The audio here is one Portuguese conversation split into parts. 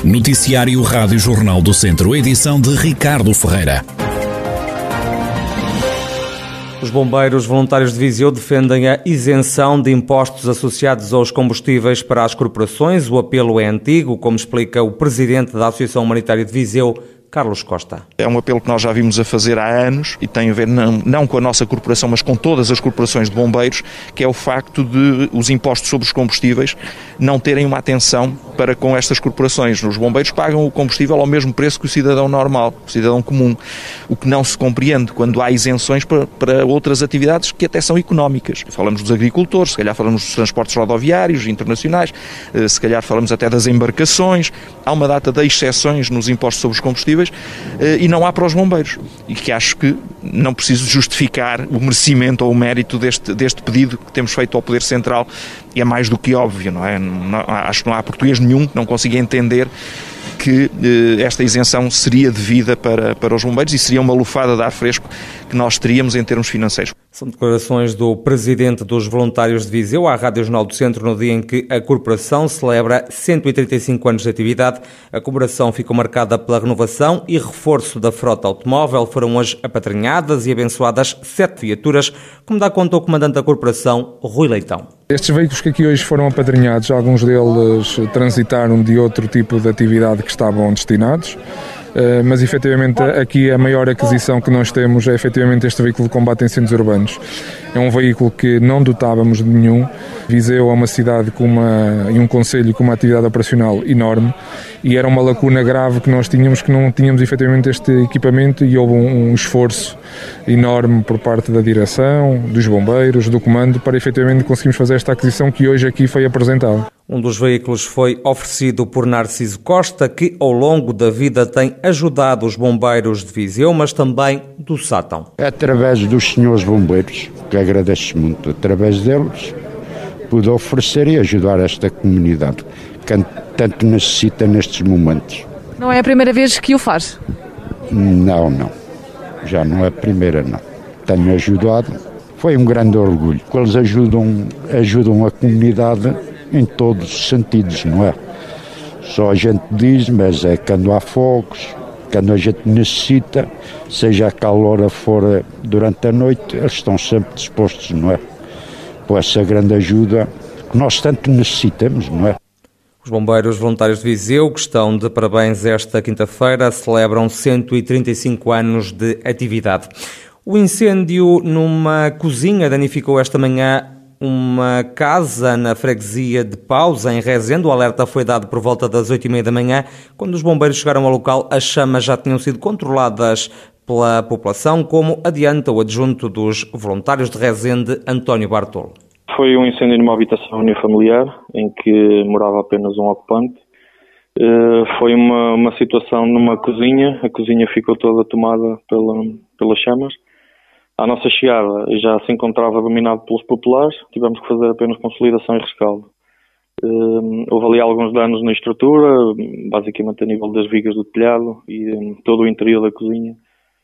Noticiário Rádio Jornal do Centro, edição de Ricardo Ferreira. Os bombeiros voluntários de Viseu defendem a isenção de impostos associados aos combustíveis para as corporações. O apelo é antigo, como explica o presidente da Associação Humanitária de Viseu, Carlos Costa. É um apelo que nós já vimos a fazer há anos e tem a ver não com a nossa corporação, mas com todas as corporações de bombeiros, que é o facto de os impostos sobre os combustíveis não terem uma atenção para com estas corporações. Os bombeiros pagam o combustível ao mesmo preço que o cidadão normal, o cidadão comum, o que não se compreende quando há isenções para outras atividades que até são económicas. Falamos dos agricultores, se calhar falamos dos transportes rodoviários internacionais, se calhar falamos até das embarcações. Há uma data de exceções nos impostos sobre os combustíveis e não há para os bombeiros. E que acho que não preciso justificar o merecimento ou o mérito deste pedido que temos feito ao Poder Central. E é mais do que óbvio, não é? Acho que não há português nenhum que não consiga entender que esta isenção seria devida para os bombeiros e seria uma lufada de ar fresco que nós teríamos em termos financeiros. São declarações do presidente dos voluntários de Viseu à Rádio Jornal do Centro no dia em que a corporação celebra 135 anos de atividade. A comemoração ficou marcada pela renovação e reforço da frota automóvel. Foram hoje apadrinhadas e abençoadas 7 viaturas, como dá conta o comandante da corporação, Rui Leitão. Estes veículos que aqui hoje foram apadrinhados, alguns deles transitaram de outro tipo de atividade que estavam destinados, mas efetivamente aqui a maior aquisição que nós temos é efetivamente este veículo de combate a incêndios urbanos. É um veículo que não dotávamos de nenhum. Viseu é uma cidade e um concelho com uma atividade operacional enorme e era uma lacuna grave que nós tínhamos, que não tínhamos efetivamente este equipamento, e houve um esforço enorme por parte da direção, dos bombeiros, do comando, para efetivamente conseguirmos fazer esta aquisição que hoje aqui foi apresentada. Um dos veículos foi oferecido por Narciso Costa, que ao longo da vida tem ajudado os bombeiros de Viseu, mas também do Sátão. Através dos senhores bombeiros, que agradeço muito, através deles, pude oferecer e ajudar esta comunidade, que tanto necessita nestes momentos. Não é a primeira vez que o faz? Não. Já não é a primeira, não. Tenho ajudado. Foi um grande orgulho. Eles ajudam a comunidade em todos os sentidos, não é? Só a gente diz, mas é quando há fogos, quando a gente necessita, seja a calor for durante a noite, eles estão sempre dispostos, não é? Por essa grande ajuda que nós tanto necessitamos, não é? Os bombeiros voluntários de Viseu, que estão de parabéns esta quinta-feira, celebram 135 anos de atividade. O incêndio numa cozinha danificou esta manhã uma casa na freguesia de Paus, em Rezende. O alerta foi dado por volta das 8h30 da manhã. Quando os bombeiros chegaram ao local, as chamas já tinham sido controladas pela população, como adianta o adjunto dos voluntários de Rezende, António Bartolo. Foi um incêndio numa habitação unifamiliar, em que morava apenas um ocupante. Foi uma situação numa cozinha. A cozinha ficou toda tomada pelas chamas. À nossa chegada já se encontrava dominado pelos populares, tivemos que fazer apenas consolidação e rescaldo. Houve ali alguns danos na estrutura, basicamente a nível das vigas do telhado, e todo o interior da cozinha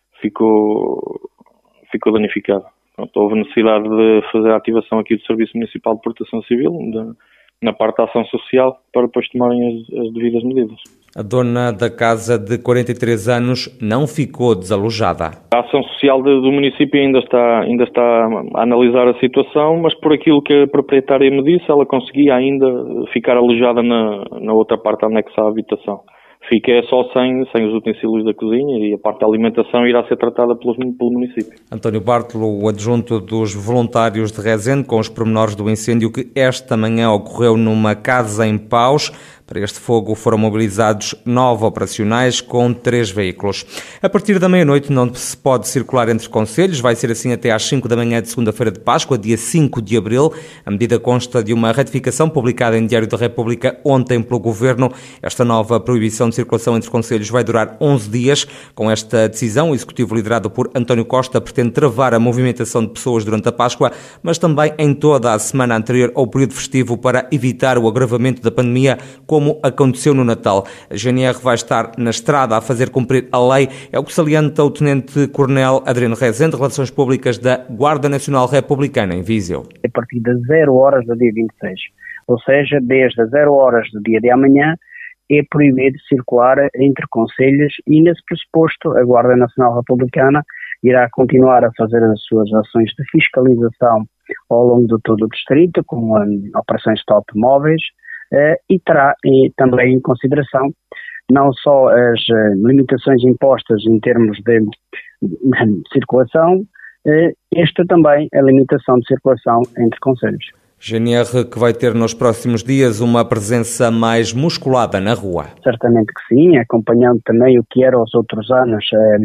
ficou danificado. Pronto, houve necessidade de fazer a ativação aqui do Serviço Municipal de Proteção Civil, na parte da ação social, para depois tomarem as devidas medidas. A dona da casa de 43 anos não ficou desalojada. A ação social do município ainda está a analisar a situação, mas por aquilo que a proprietária me disse, ela conseguia ainda ficar alojada na outra parte anexa à habitação. Fica só sem os utensílios da cozinha, e a parte da alimentação irá ser tratada pelo município. António Bartolo, o adjunto dos voluntários de Rezende, com os pormenores do incêndio que esta manhã ocorreu numa casa em Paus. Para este fogo foram mobilizados 9 operacionais com 3 veículos. A partir da meia-noite não se pode circular entre concelhos. Vai ser assim até às 5 da manhã de segunda-feira de Páscoa, dia 5 de abril. A medida consta de uma ratificação publicada em Diário da República ontem pelo Governo. Esta nova proibição de circulação entre concelhos vai durar 11 dias. Com esta decisão, o Executivo liderado por António Costa pretende travar a movimentação de pessoas durante a Páscoa, mas também em toda a semana anterior ao período festivo, para evitar o agravamento da pandemia, como aconteceu no Natal. A GNR vai estar na estrada a fazer cumprir a lei, é o que salienta o Tenente-Coronel Adriano Rezende, Relações Públicas da Guarda Nacional Republicana em Viseu. A partir das 0 horas do dia 26, ou seja, desde as 0 horas do dia de amanhã é proibido circular entre concelhos e, nesse pressuposto, a Guarda Nacional Republicana irá continuar a fazer as suas ações de fiscalização ao longo de todo o distrito, com operações stop móveis, e terá também em consideração não só as limitações impostas em termos de circulação, esta também a limitação de circulação entre concelhos. GNR que vai ter nos próximos dias uma presença mais musculada na rua. Certamente que sim, acompanhando também o que era os outros anos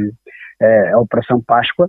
a Operação Páscoa.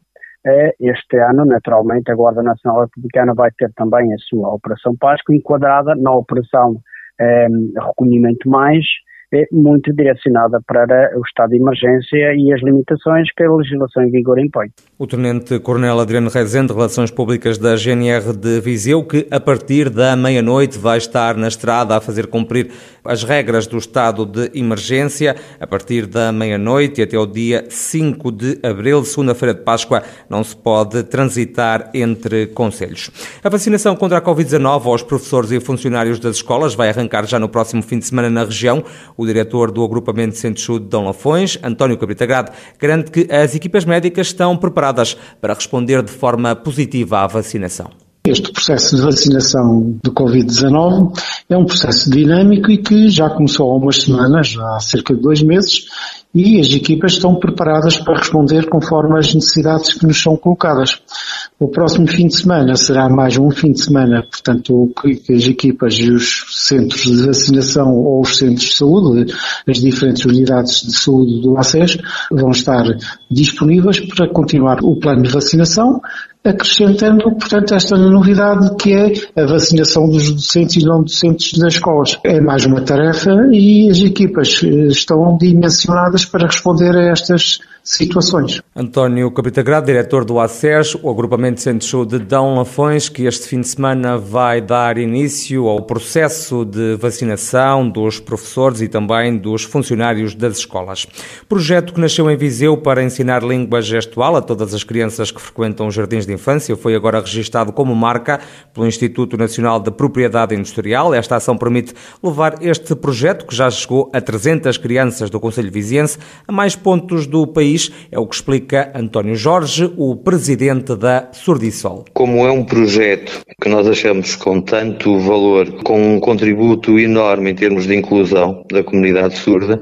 Este ano, naturalmente, a Guarda Nacional Republicana vai ter também a sua Operação Páscoa enquadrada na Operação Recolhimento Mais, muito direcionada para o estado de emergência e as limitações que a legislação em vigor impõe. O Tenente-Coronel Adriano Rezende, Relações Públicas da GNR de Viseu, que a partir da meia-noite vai estar na estrada a fazer cumprir as regras do estado de emergência. A partir da meia-noite e até o dia 5 de abril, segunda-feira de Páscoa, não se pode transitar entre concelhos. A vacinação contra a Covid-19 aos professores e funcionários das escolas vai arrancar já no próximo fim de semana na região. O diretor do agrupamento de Centros de Saúde de Dom Lafões, António Cabrita Grado, garante que as equipas médicas estão preparadas para responder de forma positiva à vacinação. Este processo de vacinação do Covid-19 é um processo dinâmico e que já começou há umas semanas, há cerca de 2 meses, e as equipas estão preparadas para responder conforme as necessidades que nos são colocadas. O próximo fim de semana será mais um fim de semana, portanto, que as equipas e os centros de vacinação ou os centros de saúde, as diferentes unidades de saúde do ACES, vão estar disponíveis para continuar o plano de vacinação, acrescentando, portanto, esta novidade que é a vacinação dos docentes e não docentes das escolas. É mais uma tarefa e as equipas estão dimensionadas para responder a estas situações. António Cabrita Grado, diretor do ACES, o agrupamento de Centros de Saúde de Dom Lafões, que este fim de semana vai dar início ao processo de vacinação dos professores e também dos funcionários das escolas. Projeto que nasceu em Viseu para ensinar língua gestual a todas as crianças que frequentam os jardins de infância, foi agora registado como marca pelo Instituto Nacional de Propriedade Industrial. Esta ação permite levar este projeto, que já chegou a 300 crianças do concelho viziense, a mais pontos do país. É o que explica António Jorge, o presidente da Surdisol. Como é um projeto que nós achamos com tanto valor, com um contributo enorme em termos de inclusão da comunidade surda,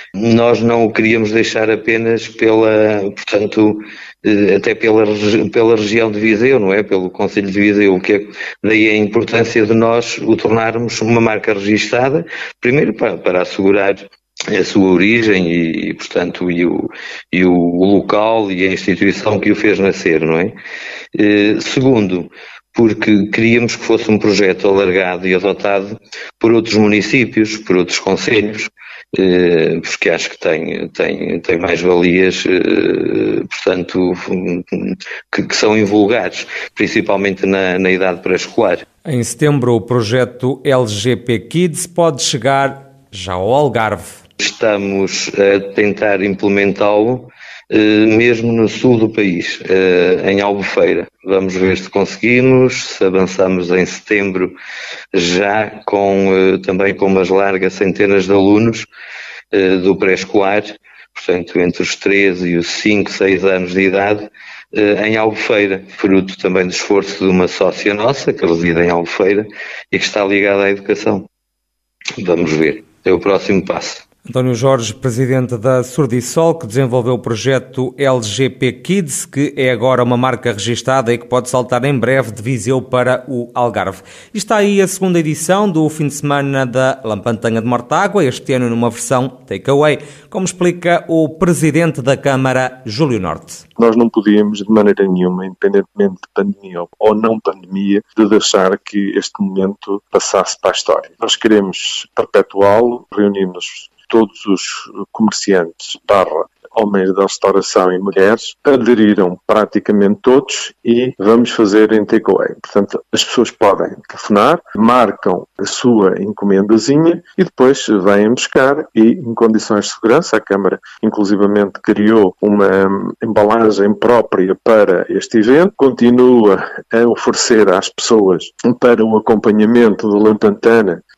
nós não o queríamos deixar apenas até pela região de Viseu, não é? Pelo concelho de Viseu, que é daí a importância de nós o tornarmos uma marca registada, primeiro para assegurar a sua origem e portanto, o local e a instituição que o fez nascer, não é? Segundo, porque queríamos que fosse um projeto alargado e adotado por outros municípios, por outros concelhos, porque acho que tem mais valias, portanto, que são invulgares, principalmente na idade pré-escolar. Em setembro, o projeto LGP Kids pode chegar já ao Algarve. Estamos a tentar implementá-lo mesmo no sul do país, em Albufeira. Vamos ver se conseguimos, se avançamos em setembro já também com umas largas centenas de alunos do pré-escolar, portanto entre os 13 e os 5, 6 anos de idade, em Albufeira, fruto também do esforço de uma sócia nossa que reside em Albufeira e que está ligada à educação. Vamos ver, é o próximo passo. António Jorge, presidente da Surdisol, que desenvolveu o projeto LGP Kids, que é agora uma marca registada e que pode saltar em breve de Viseu para o Algarve. E está aí a segunda edição do fim de semana da Lampantanha de Mortágua, este ano numa versão takeaway, como explica o presidente da Câmara, Júlio Norte. Nós não podíamos, de maneira nenhuma, independentemente de pandemia ou não pandemia, de deixar que este momento passasse para a história. Nós queremos perpetuá-lo, reunimos todos os comerciantes / homens da restauração e mulheres, aderiram praticamente todos e vamos fazer em takeaway. Portanto, as pessoas podem telefonar, marcam a sua encomendazinha e depois vêm buscar e, em condições de segurança, a Câmara inclusivamente criou uma embalagem própria para este evento, continua a oferecer às pessoas para o acompanhamento da Lampantana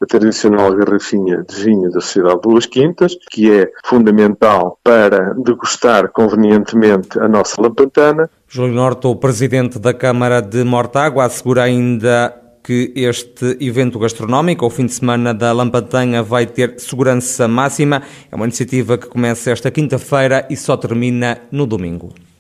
a tradicional garrafinha de vinho da Sociedade de Boas Quintas, que é fundamental para degustar convenientemente a nossa lampantana. Júlio Norte, o presidente da Câmara de Mortágua, assegura ainda que este evento gastronómico, o fim de semana da Lampantanha, vai ter segurança máxima. É uma iniciativa que começa esta quinta-feira e só termina no domingo.